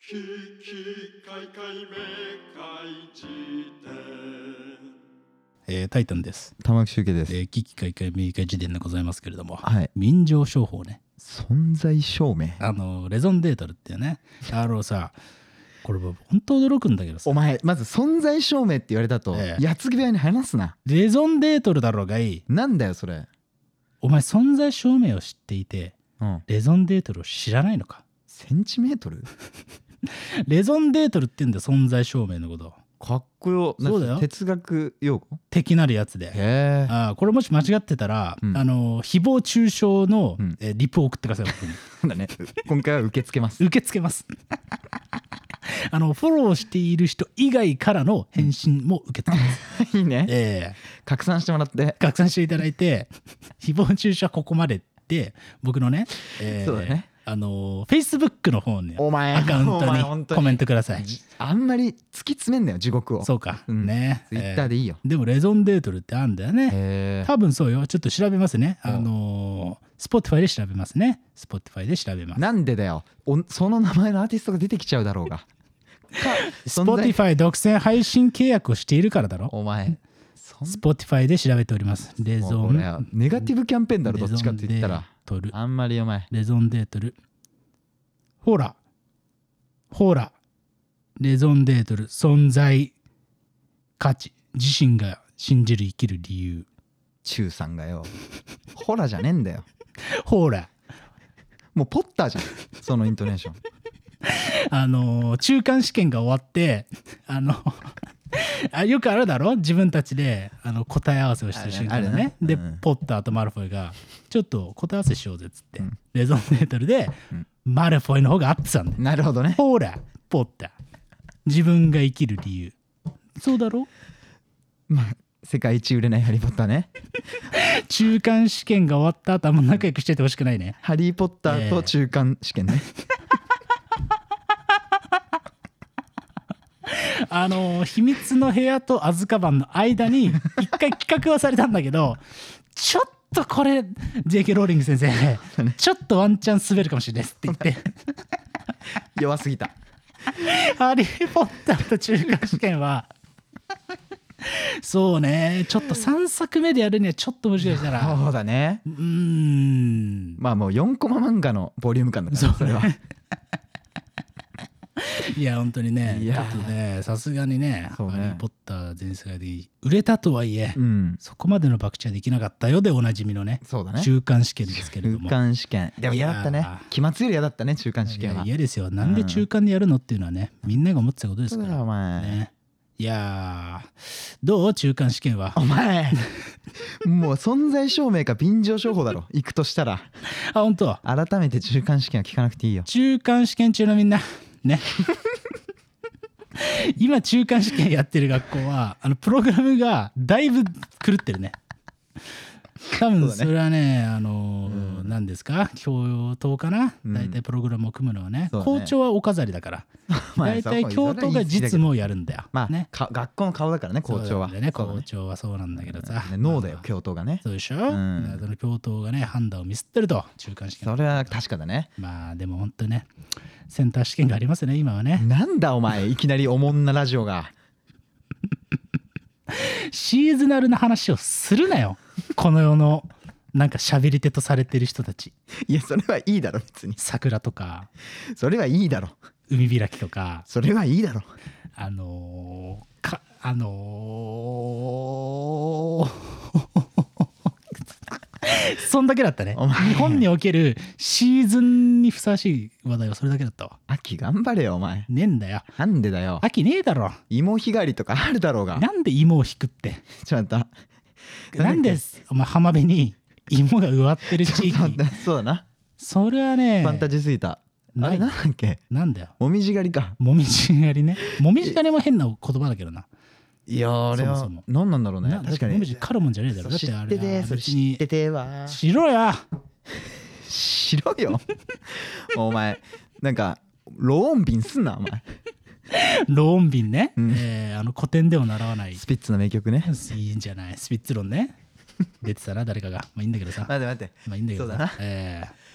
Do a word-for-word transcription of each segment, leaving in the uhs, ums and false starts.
ききかいかいめかいじ典、 えー、タイタンです。 玉木周慶です。 えー、危機開会明快辞典でございますけれども、 はい、 民情商法ね、 存在証明、 あのレゾンデートルっていうね、あのさこれ本当驚くんだけどさ、 お前まず存在証明って言われたと、ええ、矢継ぎ早に話すな。 レゾンデートルだろうがいい。 なんだよそれ。 お前存在証明を知っていて、 うん、 レゾンデートルを知らないのか。 センチメートルレゾンデートルって言うんだよ、存在証明のこと。 かっこよ。 そうだよ、 哲学用語的なるやつで。 へあこれもし間違ってたら、うん、あの誹謗中傷の、うんえリプを送ってください。 僕にだね、今回は受け付けます受け付けますあのフォローしている人以外からの返信も受け付けますいいね、 えー、 拡散してもらって拡散していただいて誹謗中傷はここまでって僕のね、えー、 そうだね、 あの Facebook の方にお前アカウントにコメントください。 あんまり突き詰めんなよ地獄を。 そうか、うん、ね、 ツイッターでいいよ、 えー、でもレゾンデートルってあるんだよね。多分そうよ。ちょっと調べますね。あのー、Spotify で調べますね。Spotify で調べます。 なんでだよ、おその名前のアーティストが出てきちゃうだろうが Spotify 独占配信契約をしているからだろお前。 Spotify で調べております。レゾンネガティブキャンペーンだろ、どっちかって言ったら。あんまりお前レゾンデートル、ほらほらレゾンデートル、存在価値、自身が信じる生きる理由。 中さんがよほらじゃねえんだよほらもうポッターじゃんそのイントネーションあの中間試験が終わってあのあよくあるだろ、自分たちであの答え合わせをしてる瞬間ね。で、うん、ポッターとマルフォイがちょっと答え合わせしようぜっつって、うん、レゾンデートルで、うん、マルフォイの方が合ってたんだよ。 なるほどね。 ほらポッター、自分が生きる理由。そうだろ。 まあ世界一売れないハリーポッターね中間試験が終わった後あんま仲良くしててほしくないね。 ハリーポッターと中間試験ね、えーあの秘密の部屋とアズカバンの間に一回企画はされたんだけどちょっとこれ ジェーケー ローリング先生ちょっとワンチャン滑るかもしれないですって言って弱すぎたハリー・ポッターと中間試験はそうね、ちょっとさんさくめでやるにはちょっと難しいから。 そうだね。 うーん、 まあもうよんコマ漫画のボリューム感だから、それはいや本当にね、ちょっとね、さすがにね、ハリー・ポッター全世界で売れたとはいえ、うん、そこまでの博打はできなかったよでおなじみのね、 そうだね、 中間試験ですけれども。 中間試験でも嫌だったね。期末より嫌だったね、中間試験は。 嫌ですよ。なんで中間でやるのっていうのはね、みんなが思ってたことですから、 お前、 ね、いやどう中間試験は。 お前もう存在証明か便乗商法だろ行くとしたら。 あ、本当。 改めて中間試験は聞かなくていいよ。 中間試験中のみんなね今中間試験やってる学校はあのプログラムがだいぶ狂ってるね。多分それはね、あのー、何ですか、教頭かな、うん、大体プログラムを組むのはね、ね、校長はお飾りだから大体教頭が実務をやるんだよ、 まあね、 学校の顔だからね、校長は。 ね、校長はそうなんだけどさ、 ね、脳だよ教頭がね。 そうでしょ、うん、その教頭がね判断をミスってると中間試験。 それは確かだね。 まあでも本当にね、センター試験がありますね今はね。 なんだお前いきなりおもんなラジオがシーズナルな話をするなよこの世のなんか喋り手とされてる人たち。 いやそれはいいだろ別に。 桜とかそれはいいだろ。 海開きとかそれはいいだろ。 あのー、かあのー、そんだけだったね。日本におけるシーズンにふさわしい話題はそれだけだったわ。 秋頑張れよお前。 ねえんだよ。 なんでだよ。 秋ねえだろ。 芋ひがりとかあるだろうが。 なんで芋を引くって。 ちょっと待った。 なんでお前浜辺に芋が植わってる地域。 そうだな。 それはね。 ファンタジーすぎた。あれなんだっけ。 なんだよ。 もみじ狩りか。 もみじ狩りね。もみじ狩りも変な言葉だけどな。 いやあれは何なんだろうね。確かに。 もみじ狩るもんじゃねえだろ。だってあれ。知ってて、 それ知っててわ。 しろや。 しろよ。お前なんかローン瓶すんなお前。 ローン瓶ね。うん、えー、あの古典でも習わない。 スピッツの名曲ね。 いいんじゃない。スピッツ論ね。出てたな誰かが。まあいいんだけどさ。 待って待って。 まあいいんだけどさ。 そうだな。 えー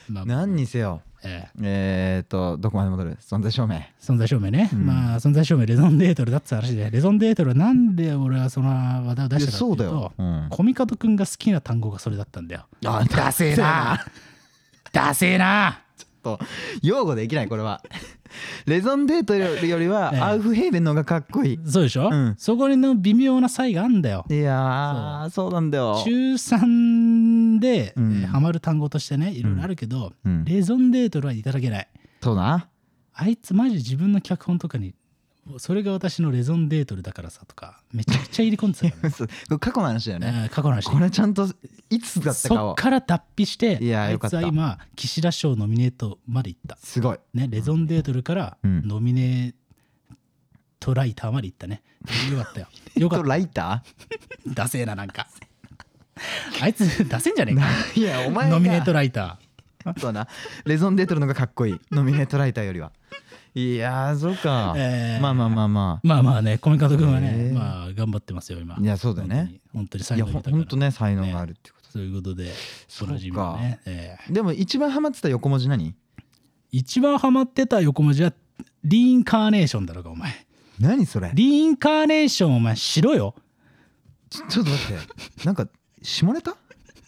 まあ、 何にせよえええーっとどこまで戻る存在証明存在証明ね、うん、まあ存在証明レゾンデートルだって話でレゾンデートルはなんで俺はその話題を出したかっていうといやそうだよ、うん、 コミカドくんが好きな単語がそれだったんだよ。 あダセえなダセえなちょっと擁護できないこれはレゾンデートよりはアウフヘーベンの方がかっこいい、 そうでしょ、うん、そこにの微妙な差異があるんだよ。 いやー そう、そうなんだよ。 中さんで、うんえー、ハマる単語としてねいろいろあるけど、うん、レゾンデートルはいただけない。 そうな、 あいつマジ自分の脚本とかにそれが私のレゾンデートルだからさとかめちゃくちゃ入り込んでたからね過去の話だよね、 過去の話。 これちゃんといつだったかをそっから脱皮して、 いやあいつは今岸田賞ノミネートまでいった。 すごい、 ね、レゾンデートルからノミネートライターまでいったね。よかったよよかったライターダセえななんかあいつ出せんじゃねえかいやお前がノミネートライターそうな、レゾンデートルの方がかっこいいノミネートライターよりは。いやーそうか、えー、まあまあまあまあまあまあねコミカド君はね、えー、まあ頑張ってますよ今。 いやそうだよね、 本当に才能が豊かな、 いや本当ね才能があるってこと、 ね、そういうことでおなじみのね、えー、でも一番ハマってた横文字何？ 一番ハマってた横文字はリインカーネーションだろうがお前。 何それ？ リインカーネーションお前しろよ。 ちょ、ちょっと待ってなんか下ネタ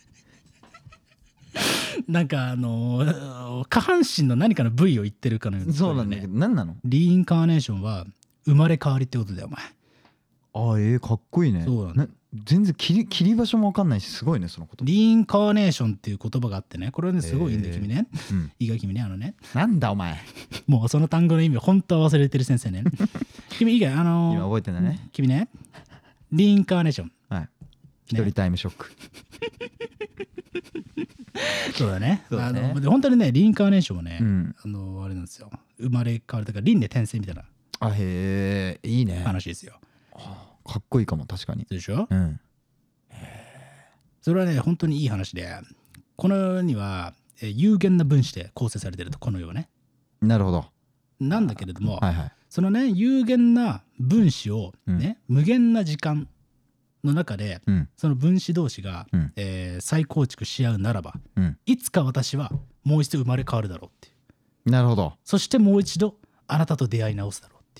なんかあのー、下半身の何かの部位を言ってるかのような、ね、 そうなんだけど何なの？ リインカーネーションは生まれ変わりってことだよお前。 ああえー、かっこいいね。 そうなんだ。 全然切り、切り場所も分かんないしすごいねそのこと。 リインカーネーションっていう言葉があってねこれはねすごいいいんだよ君ね、うん、いいか君ねあのねなんだお前もうその単語の意味を本当は忘れてる先生ね君以外あのー、 今覚えてないね君ねリインカーネーション、 はい一人タイムショック、 ね、そうだね。 そうだね。 あの本当にねリインカーネーションはね、うん、あのあれなんですよ生まれ変わるとか輪廻転生みたいなあへえいいね話ですよ。 かっこいいかも確かに。 でしょ、 うん、 それはね本当にいい話でこの世には有限な分子で構成されてるとこの世はね。 なるほど。 なんだけれども、 はいはい、 そのね有限な分子をね、うん、無限な時間の中で、うん、その分子同士が、うんえー、再構築し合うならば、うん、いつか私はもう一度生まれ変わるだろうっていう。 なるほど。 そしてもう一度あなたと出会い直すだろうっていう。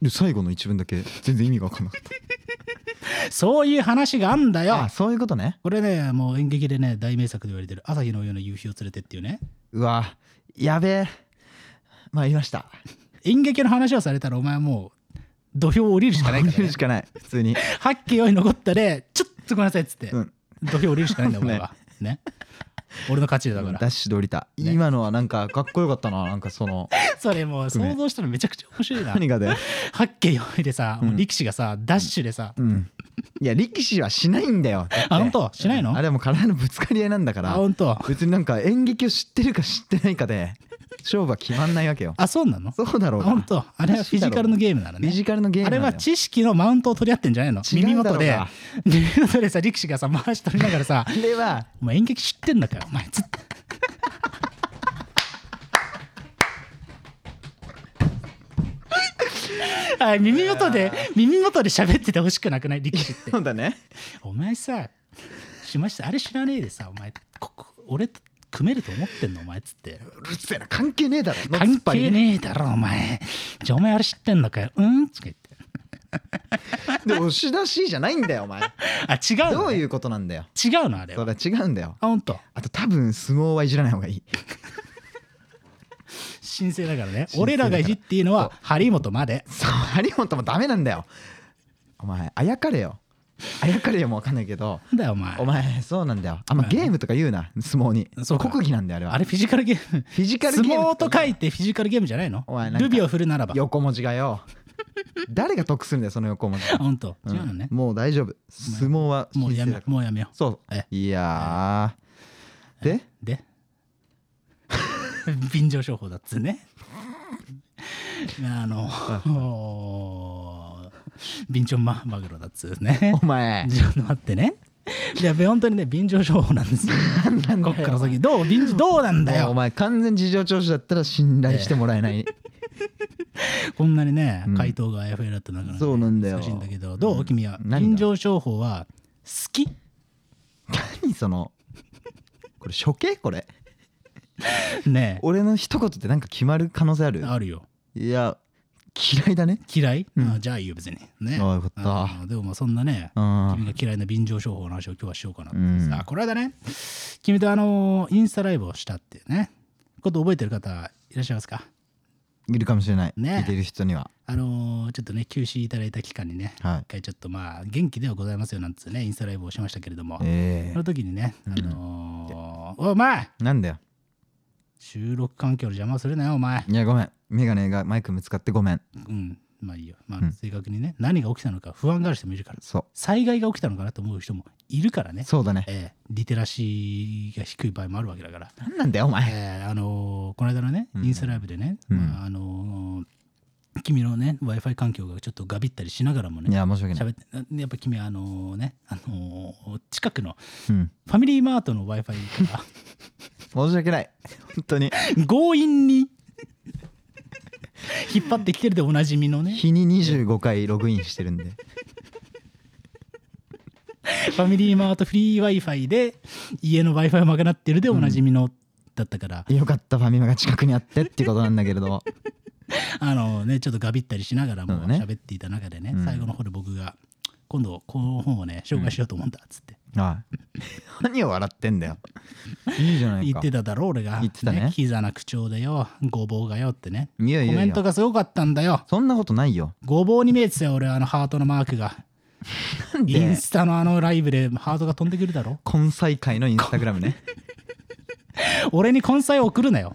で最後の一文だけ全然意味が分かんなかったそういう話があんだよ。 あそういうことね。 これねもう演劇でね大名作で言われてる朝日のような夕日を連れてっていうね。 うわやべえまあ言いました。 演劇の話をされたらお前はもう土俵を降りるしかないから、ね、 降りるしかない普通にはっけよい残ったでちょっとごめんなさいっつって、うん、土俵降りるしかないんだお前はね俺の勝ちだから。 ダッシュで降りた、ね、今のはなんかかっこよかったな。なんかそのそれもう想像したらめちゃくちゃ面白いな。 何がだよ。 はっけよいでさ、うん、力士がさダッシュでさ、うん、 いや力士はしないんだよ。 あ本当しないの？ あれはもう体のぶつかり合いなんだから。 あ本当。 別になんか演劇を知ってるか知ってないかで勝負は決まんないわけよ。 あそうなの？ そうだろう。 本当。あれはフィジカルのゲームなのね。 フィジカルのゲーム。 あれは知識のマウントを取り合ってんじゃないの？耳元で耳元でさ力士がさ回し取りながらさあれはお前演劇知ってんだからお前つってあ耳元で耳元で喋っててほしくなくない力士って。 そうだね。 お前さしましたあれ知らねえでさお前ここ俺と組めると思ってんのお前っつって。 うるせえな関係ねえだろ。 関係ねえだろお前。じゃあお前あれ知ってんのかようんつってで押し出しじゃないんだよお前。 あ違うの、ね、 どういうことなんだよ。 違うのあれは。 それ違うんだよ。 あ本当。 あと多分相撲はいじらない方がいい神聖だからね。俺らがいじっていいのは張本まで。 そう張本もダメなんだよお前。あやかれよあやかれよも分かんないけどなんだよお前。 お前そうなんだよ。あんまゲームとか言うな相撲に。国技なんだよあれは。 あれフィジカルゲーム。 フィジカルゲーム相撲と書いてフィジカルゲームじゃないの？お前ルビを振るならば。 横文字がよ誰が得するんだよその横文字。 本当違うのね、 うん、もう大丈夫相撲はもうやめもうやめよう。 そうえいやーでで便乗商法だっつうねあの便乗マグロだっつうねお前ちょっと待ってね。いや本当にね便乗商法なんですよこっから先どう便乗どうなんだよお前。完全事情聴取だったら信頼してもらえない、えー、こんなにね回答があやふやだった中で、ね、 そうなんだよ。 難しいんだけどどう、うん、君は便乗商法は好き？ 何そのこれ処刑これね俺の一言ってなんか決まる可能性ある？ あるよ。 いや嫌いだね。 嫌い、 うんあじゃあいいよ別にね。 ああよかったあでもまあそんなねうん君が嫌いな便乗商法の話を今日はしようかなとうん思ってさ、これだね君とあのインスタライブをしたっていうねこと覚えてる方いらっしゃいますか？ いるかもしれない、 ね聞いてる人には。 あのーちょっとね休止いただいた期間にね、 はい一回ちょっとまあ元気ではございますよなんつってねインスタライブをしましたけれども、 えその時にね、あのーお前ー、なんだよ。 収録環境の邪魔をするなよお前。 いやごめん、メガネがマイクぶつかってごめん。 うんまあいいよ、まあうん正確にね、何が起きたのか不安がある人もいるから、 そ災害が起きたのかなと思う人もいるからねう、そうだね。 えーリテラシーが低い場合もあるわけだから、 なんなんだよお前。 えーあのーこの間のねうんインスタライブでね、 うんまああのー君のね Wi-Fi 環境がちょっとガビったりしながらもいねや申し訳ない。 喋ってやっぱ君はあのね、あのー近くのうん、 ファミリーマートの Wi-Fi か申し訳ない。本当に。 ら強引に引っ張ってきてるでおなじみのね日ににじゅうごかいログインしてるんで。 ファミリーマートフリー Wi-Fi で家の Wi-Fi を賄ってるでおなじみのだったから、 よかったファミマが近くにあってっていうことなんだけれど。 あのねちょっとガビったりしながらもそうだね喋っていた中でね、 うん最後の方で僕が今度この本をね紹介しようと思うんだっつってはい。何を笑ってんだよ。いいじゃないか。 言ってただろ俺が言ってたねキザな口調でよごぼうがよってねいやいやいやコメント。がすごかったんだよ。 そんなことないよ。 ごぼうに見えてたよ俺あのハートのマークがなんでインスタのあのライブでハートが飛んでくるだろ。 根菜会のインスタグラムね。 俺に根菜を送るなよ。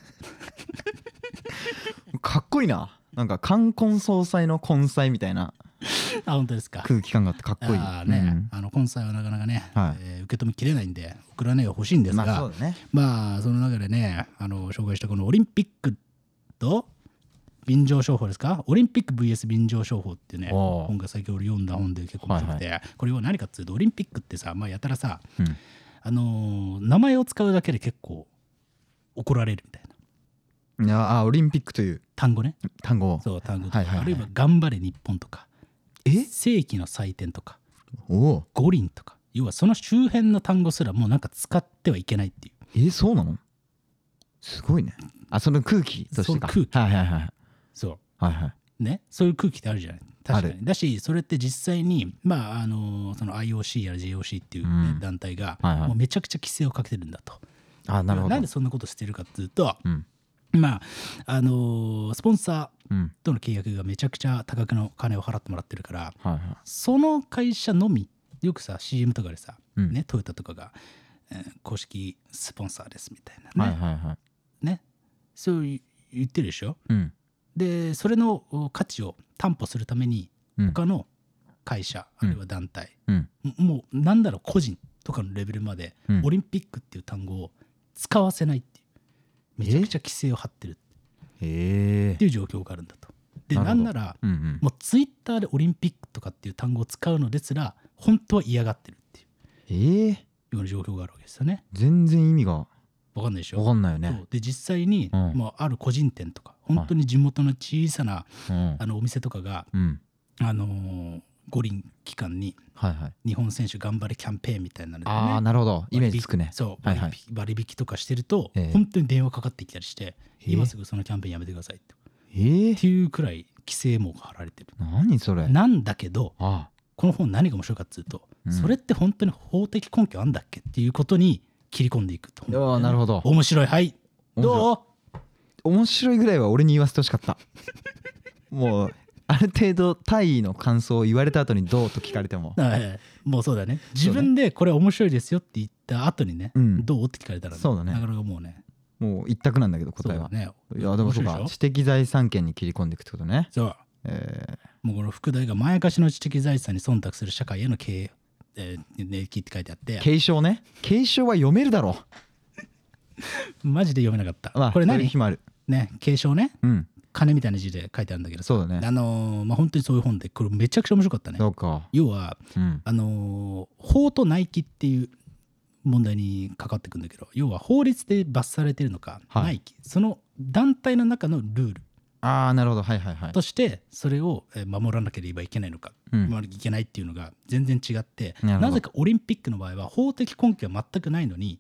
かっこいいな。なんか冠婚葬祭の根菜みたいなあ本当ですか。 空気感があってかっこいい。 あーね、 うんあの根菜はなかなかね、 はいえー受け止めきれないんで送らねえが欲しいんですが、 まあそうだね。 まあその中でねあの紹介したこのオリンピックと便乗商法ですか、オリンピック ブイエス 便乗商法っていうねおー本が最近俺読んだ本で結構面白くて、これは何かっていうとオリンピックってさ、まあ、やたらさ、 うんあのー名前を使うだけで結構怒られるみたいないやあオリンピックという単語ね。 単語を。 そう単語とか、 はいはいはいあるいは頑張れ日本とかえ世紀の祭典とかおお。 五輪とか要はその周辺の単語すらもうなんか使ってはいけないっていうえそうなの？すごいね。あその空気としてか。 その空気はいはいはいそはいはい。 うねそういう空気ってあるじゃない確かあにだしそれって実際にまああのその アイオーシー やら ジェイオーシー っていう、ねうん団体がはいはいもうめちゃくちゃ規制をかけてるんだと。 あなるほど。 なんでそんなことしてるかっていうとうんまああのスポンサーうんとの契約がめちゃくちゃ多額の金を払ってもらってるからはいはい。 その会社のみよくさ シーエム とかでさ、 うんね、トヨタとかが、えー公式スポンサーですみたいなね,、 はいはいはい。 ねそう言ってるでしょ。 うんでそれのお価値を担保するためにうん他の会社、あるいは団体、 うんももうなんだろう個人とかのレベルまで、 うんオリンピックっていう単語を使わせないっていうめちゃくちゃ規制を張ってるっへえていう状況があるんだと。でなるほどなんならうんうんもうツイッターでオリンピックとかっていう単語を使うのですら本当は嫌がってるっていうええような状況があるわけですよね。 全然意味がわかんないでしょ。 わかんないよねそうで実際に、 うんもうある個人店とか本当に地元の小さな、 うんあのお店とかが、 うんあのー五輪期間にはいはい日本選手頑張れキャンペーンみたいなので、ね、 ああなるほどイメージつくねそうはいはい割引割引とかしてると、 ええ本当に電話かかってきたりして、 え今すぐそのキャンペーンやめてくださいってええっていうくらい規制網が張られてる。 何それなんだけどあこの本何が面白いかっつうと、 うんそれって本当に法的根拠あんだっけっていうことに切り込んでいくと。 ああなるほど面白い。はい面白いどう面白いぐらいは俺に言わせてほしかったもうある程度大意の感想を言われた後にどうと聞かれてもはいもうそうだね自分でこれ面白いですよって言った後にね、 うんどうって聞かれたら、 そうだねなかなかもうねもう一択なんだけど答えは、 そうだねいやでもそうか面白いでしょ知的財産権に切り込んでいくってことねそうえもうこの副題がまやかしの知的財産に忖度する社会への経営、えー、ねきって書いてあってー、継承ね継承は読めるだろマジで読めなかった、 うまあこれ何そういう日もあるね継承ねうん金みたいな字で書いてあるんだけどそうだねあのーまあ本当にそういう本でこれめちゃくちゃ面白かったね。 そうか要はうんあのー法と内規っていう問題にかかってくんだけど要は法律で罰されてるのか、 はい内規その団体の中のルールああなるほどはいはいはいとしてそれをえー守らなければいけないのか、 うん守らなきゃいけないっていうのが全然違ってなるほどなぜかオリンピックの場合は法的根拠は全くないのにうん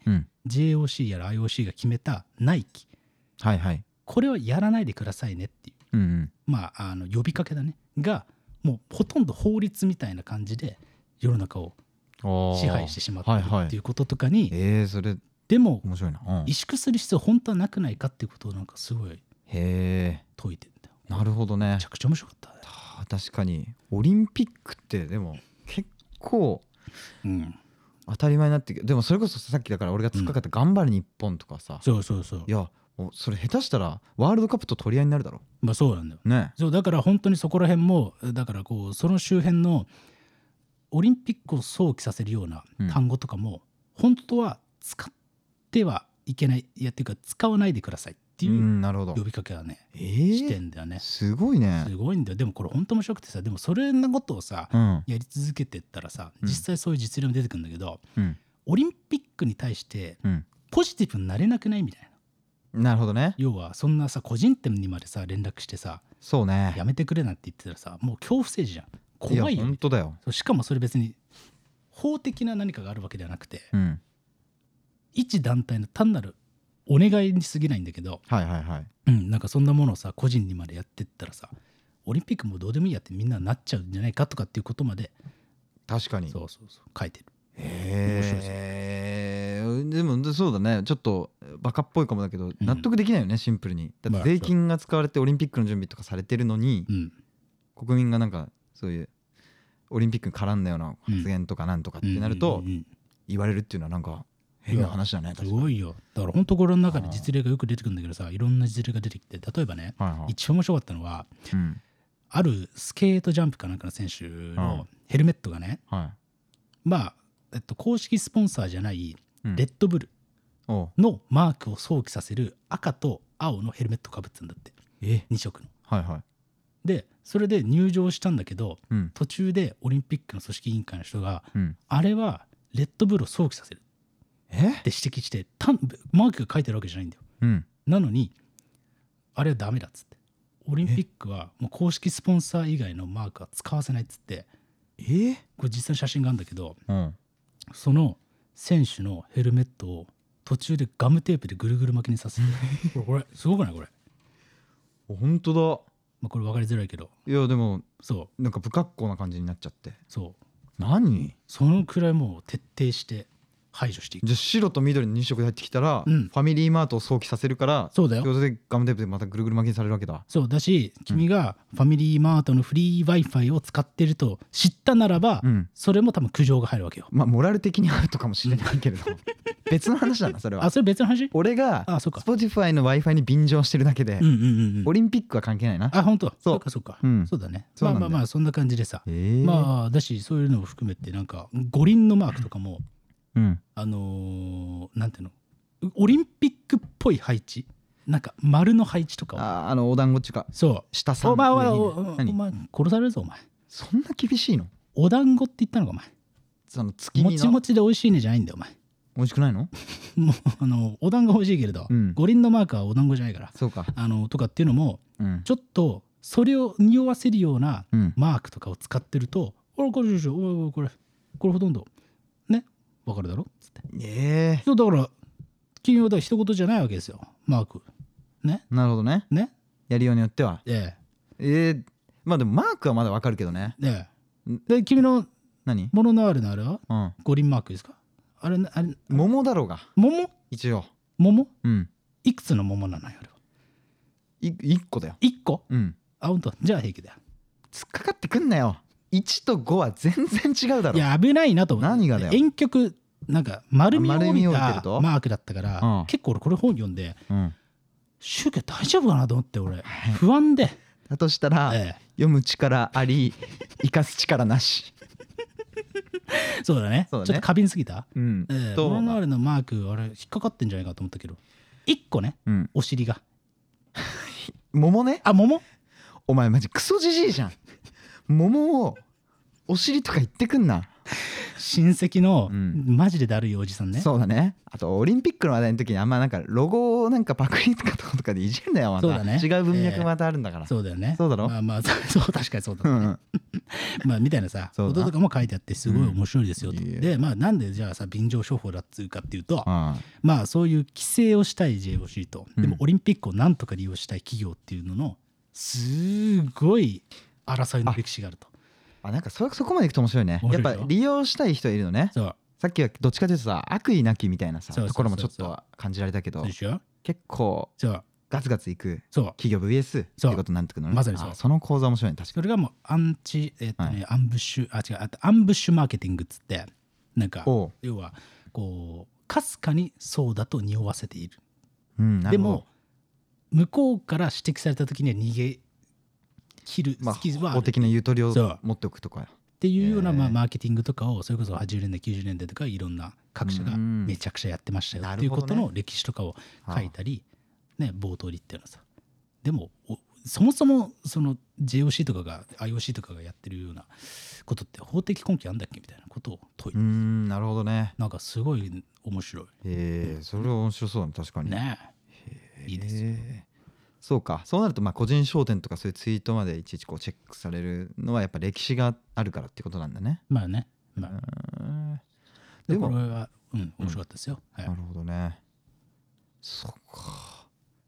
ジェイオーシー やら アイオーシー が決めたナイキ、 はいはい。 これはやらないでくださいねっていう、 うんうん。 まあ、あの呼びかけだねがもうほとんど法律みたいな感じで世の中を支配してしまっているはいはいっていうこととかに、 えー、それでも面白いな。うん、 萎縮する必要本当はなくないかっていうことをなんかすごいへえ、 解いてるんだよ。 なるほどねめちゃ。くちゃ面白かったね。 確かにオリンピックってでも結構うん、 当たり前になってでもそれこそさっきだから俺が突っかかった「頑張れ日本」とかさ、 そうそうそういやもうそれ下手したらワールドカップと取り合いになるだろまあそうなんだよ。 ね。 そうだから本当にそこら辺もだからこうその周辺のオリンピックを想起させるような単語とかも本当は使ってはいけない、いやっていうか使わないでくださいっていううんなるほど。 呼びかけはね、 えー、 してんだよね。 すごいね。 すごいんだよ。でもこれ本当面白くてさ、でもそれなことをさ、 うんやり続けてったらさうん実際そういう実例も出てくるんだけど、 うんオリンピックに対してうんポジティブになれなくないみたいな。 なるほどね。 要はそんなさ個人店にまでさ連絡してさそうね。 やめてくれなんて言ってたらさもう恐怖政治じゃん。怖いやよ。 本当だよ。 そうしかもそれ別に法的な何かがあるわけではなくて、 うん一団体の単なるお願いに過ぎないんだけど、 はいはいはい。 うん、なんかそんなものをさ個人にまでやってったらさオリンピックもどうでもいいやってみんななっちゃうんじゃないかとかっていうことまで確かに。 そうそうそう書いてる。 へえ。でもでそうだね。ちょっとバカっぽいかもだけど、 ん納得できないよねシンプルに。だって税金が使われてオリンピックの準備とかされてるのに、 うん国民がなんかそういうオリンピックに絡んだような発言とかなんとかってなるとうんうんうん言われるっていうのはなんか変な話だね。 す確かに。 ごいよ。だから本当これの中で実例がよく出てくるんだけどさいろんな実例が出てきて、例えばねはいはい。 一番面白かったのはうんあるスケートジャンプかなんかの選手うんのヘルメットがね、 はい。 まあ、えっと、公式スポンサーじゃないうんレッドブルおうのマークを想起させる赤と青のヘルメットをかぶってたんだって。 えに色の。 はいはい。 でそれで入場したんだけどうん途中でオリンピックの組織委員会の人がうん。 あれはレッドブルを想起させるえって指摘して単マークが書いてあるわけじゃないんだよ。 うんなのにあれはダメだっつってオリンピックはもう公式スポンサー以外のマークは使わせないっつってえこれ実際の写真があるんだけどうんその選手のヘルメットを途中でガムテープでぐるぐる巻きにさせてこれこれすごくないこれ、 本当だ。 まあ、これ分かりづらいけどいやでもそうなんか不格好な感じになっちゃって。 そう何そのくらいもう徹底して排除していく。 じゃあ白と緑のに色で入ってきたら、 うんファミリーマートを想起させるからそうだよということでガムテープでまたぐるぐる巻きにされるわけだ。 そうだし君がファミリーマートのフリー Wi-Fi を使ってると知ったならば、 うんそれも多分苦情が入るわけよ。 まあモラル的にあるとかもしれないけれど別の話だなそれは。 あそれ別の話。 俺があそうか Spotify の Wi-Fi に便乗してるだけで、 うんうんうんうんオリンピックは関係ないな。 あ本当そうそうかそうか、 うんそうだね。 そうなんだよまあまあまあそんな感じでさ、 えー、 まあだしそういうのを含めてなんか五輪のマークとかもうんあのーなんていうのオリンピックっぽい配置なんか丸の配置とかをああのお団子っちゅうかそう下さんお前お前上にねおお何お前殺されるぞお前。 そんな厳しいの？ お団子って言ったのかお前。 その月見のもちもちで美味しいねじゃないんだよお前。 美味しくないの？ もうあのお団子美味しいけれど、 うん五輪のマークはお団子じゃないからそうか。 あのとかっていうのもうんちょっとそれを匂わせるようなうんマークとかを使ってると「おいこれこれおいこれこれほとんどねわかるだろ?」っつってええそうだから君はだから一言じゃないわけですよマークねなるほどね。 ねやりようによってはえええまあでもマークはまだわかるけどね。 えええで君の何？ モノノアールのあれはうん五輪マークですかあれあれ桃だろうが桃一応。 桃うんいくつの桃なのよあれはい一個だよ。 いっこうんあほんとじゃあ平気だよ。 突っかかってくんなよ。いちとごは全然違うだろ。 いや危ないなと思って何がだよ遠曲なんか丸みを帯び丸みを帯びてたるとマークだったから、 うん結構俺これ本読んでうん宗教大丈夫かなと思って俺不安で、 だとしたら、 え読む力あり生かす力なし。 え、そうだねそうだねちょっと過敏すぎた、 うんええ、 とモノノアールのマークあれ引っかかってんじゃないかと思ったけどいっこねうんお尻が桃ね。 あ桃お前マジクソじじいじゃん。桃をお尻とか言ってくんな。 親戚のうんマジでだるいおじさんね。 そうだね。あとオリンピックの話題の時にあんまなんかロゴをなんかパクリとかとかでいじるんだよまた。 そうだね違う文脈またあるんだから。 そうだよね。 そうだろまあまあそう確かにそうだね。 うんうんまあみたいなさそうだこととかも書いてあってすごい面白いですよと。 うんいいえでまあなんでじゃあさ便乗商法だっつうかっていうと、 あまあそういう規制をしたい ジェイオーシー と、 うんでもオリンピックをなんとか利用したい企業っていうののすごい争いの歴史があると。 あなんかそそこまでいくと面白いね。やっ面白いでしょぱ利用したい人いるのね。 そうさっきはどっちかというとさ悪意なきみたいなさそうそうそうそうところもちょっとは感じられたけどそうでしょ。 結構そうガツガツいくそう企業 ブイエス ってそういうことになってくるのね。 まさにそうあその構造面白いね確かそれがもうアンチえっとね、 はいアンブッシュあ違うあとアンブッシュマーケティングっつってなんかに。おう要はこうかすかにそうだと匂わせている。 うんなるほどでも向こうから指摘された時には逃げ切るまあスキルはある法的なゆとりをそう持っておくとか。 っていうような、 えーまあ、マーケティングとかをそれこそはちじゅうねんだいきゅうじゅうねんだいとかいろんな各社がうんめちゃくちゃやってましたよなっていうこるほどねとの歴史とかを書いたり、ね、冒頭に言ったようなさでもおそもそもその ジェイオーシー とかが アイオーシー とかがやってるようなことって法的根拠あんだっけみたいなことを問いうて、 んなるほどね。 なんかすごい面白いえー、それは面白そうだね確かに。 ねいいですよ。 えーそうか。そうなるとまあ個人商店とかそういうツイートまでいちいちこうチェックされるのはやっぱ歴史があるからってことなんだね。 まあね、まあ、 うんででもこれは、うん、面白かったですよ、はいなるほどね。そっか。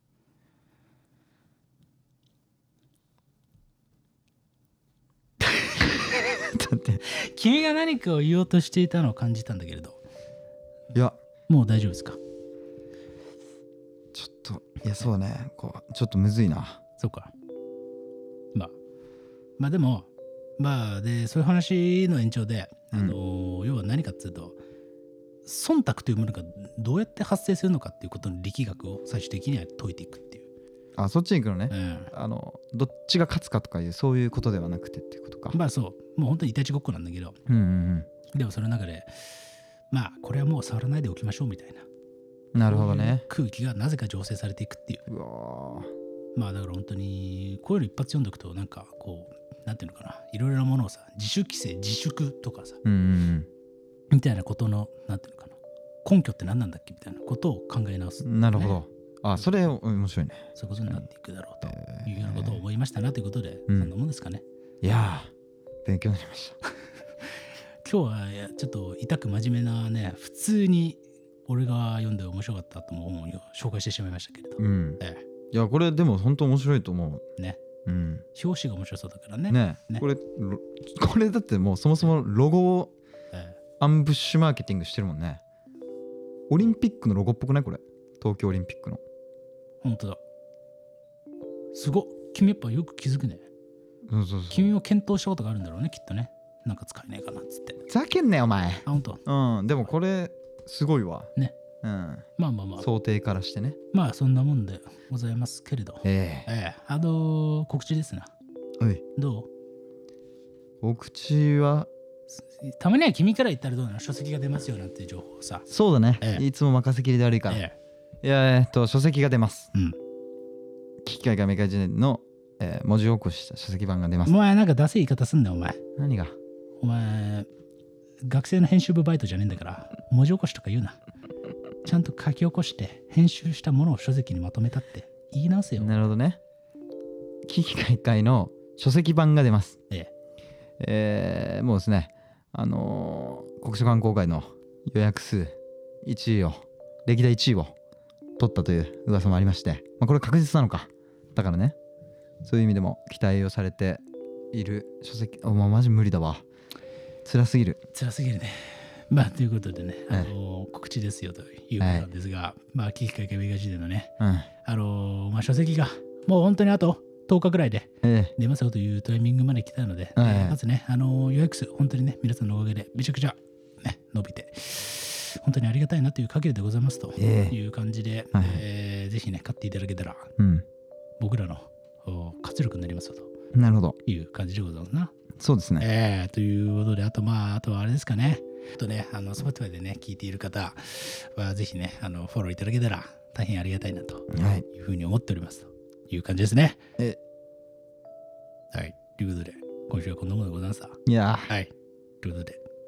だって君が何かを言おうとしていたのを感じたんだけれどいやもう大丈夫ですか。 ちょっといやそうねこうちょっとむずいな。 そうか。まあ、まあでも、まあで、そういう話の延長で、あの要は何かっていうと、忖度というものがどうやって発生するのかっていうことの力学を最終的には解いていくっていう。 あそっちに行くのね。 うん、 あのどっちが勝つかとかいうそういうことではなくてっていうことか。 まあそう、もう本当にいたちごっこなんだけど、 うんうんでもその中で、まあこれはもう触らないでおきましょうみたいな。 うん。なるほどね。 空気がなぜか醸成されていくっていう。 うわーまあだから本当にこういうの一発読んどくとなんかこうなんていうのかないろいろなものをさ自主規制自粛とかさうんうんみたいなことのなんていうのかな根拠って何なんだっけみたいなことを考え直す、 うん。なるほど。あそれ面白いね。 そういうことになっていくだろうとえいうようなことを思いましたなということで、 うんそんなもんですかね。 いやー勉強になりました。 今日はいやちょっと痛く真面目なね普通に俺が読んで面白かったと思う本を紹介してしまいましたけれど、 うん。 えいやこれでも本当面白いと思え、ねう。うん。 表紙が面白そうだからね。 ねねこれロこれだってもうそもそもロゴをえアンブッシュマーケティングしてるもんね。オリンピックのロゴっぽくないこれ。東京オリンピックの。 え、本当だ。すごっ。君やっぱよく気づくね。 そうそうそう。 君も検討したことがあるんだろうねきっとね。なんか使えないかなっつって。 ふざけんなよお前。 あ本当。 うんでもこれすごいわ。 ね。 うん。 まあまあまあ。 想定からしてね。 まあそんなもんでございますけれど。 ええええ、あのー告知ですな。 おいどうお口はたまには君から言ったらどうなの書籍が出ますよなんていう情報をさ。 そうだね、 ええいつも任せきりで悪いから、 えいやえっと書籍が出ます。 え。うん。 機械がメカジネの、えー文字起こしした書籍版が出ます。 お前なんかダセい言い方すんだよお前。 何がお前学生の編集部バイトじゃねえんだから文字起こしとか言うな。ちゃんと書き起こして編集したものを書籍にまとめたって言い直せよ。 なるほどね。機器開会の書籍版が出ます。 ええーもうですね、あのー国書観光会の予約数いちいを、歴代いちいを取ったという噂もありまして、まあ、これ確実なのか。だからね、そういう意味でも期待をされている書籍、あ、もうマジ無理だわ。辛すぎる。 辛すぎるね。まあということでね、あはいの告知ですよということなんですが、まあ危機会会メガ時代のね、 うん。 あのまあ書籍がもう本当にあととおかぐらいでえ出ますよというタイミングまで来たので、 はいえーまずね、あの予約数本当にね皆さんのおかげでめちゃくちゃね伸びて本当にありがたいなという限りでございますとええいう感じで、 はいえーぜひね買っていただけたらーうん。 僕らのお活力になりますよとなるほど。 いう感じでございますな。 そうですね。 えー、ということで、あとまあ、あとはあれですかね。あとね、あの、Spotify でね、聞いている方は、ぜひね、あの、フォローいただけたら大変ありがたいなとはい。 いうふうに思っておりますという感じですね。 えはい。ということで、今週はこんなものでございました。 いやはい。ということで、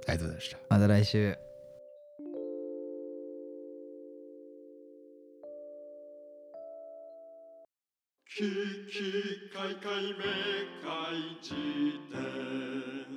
ありがとうございました。 また来週。 ききかいかいめかいじ典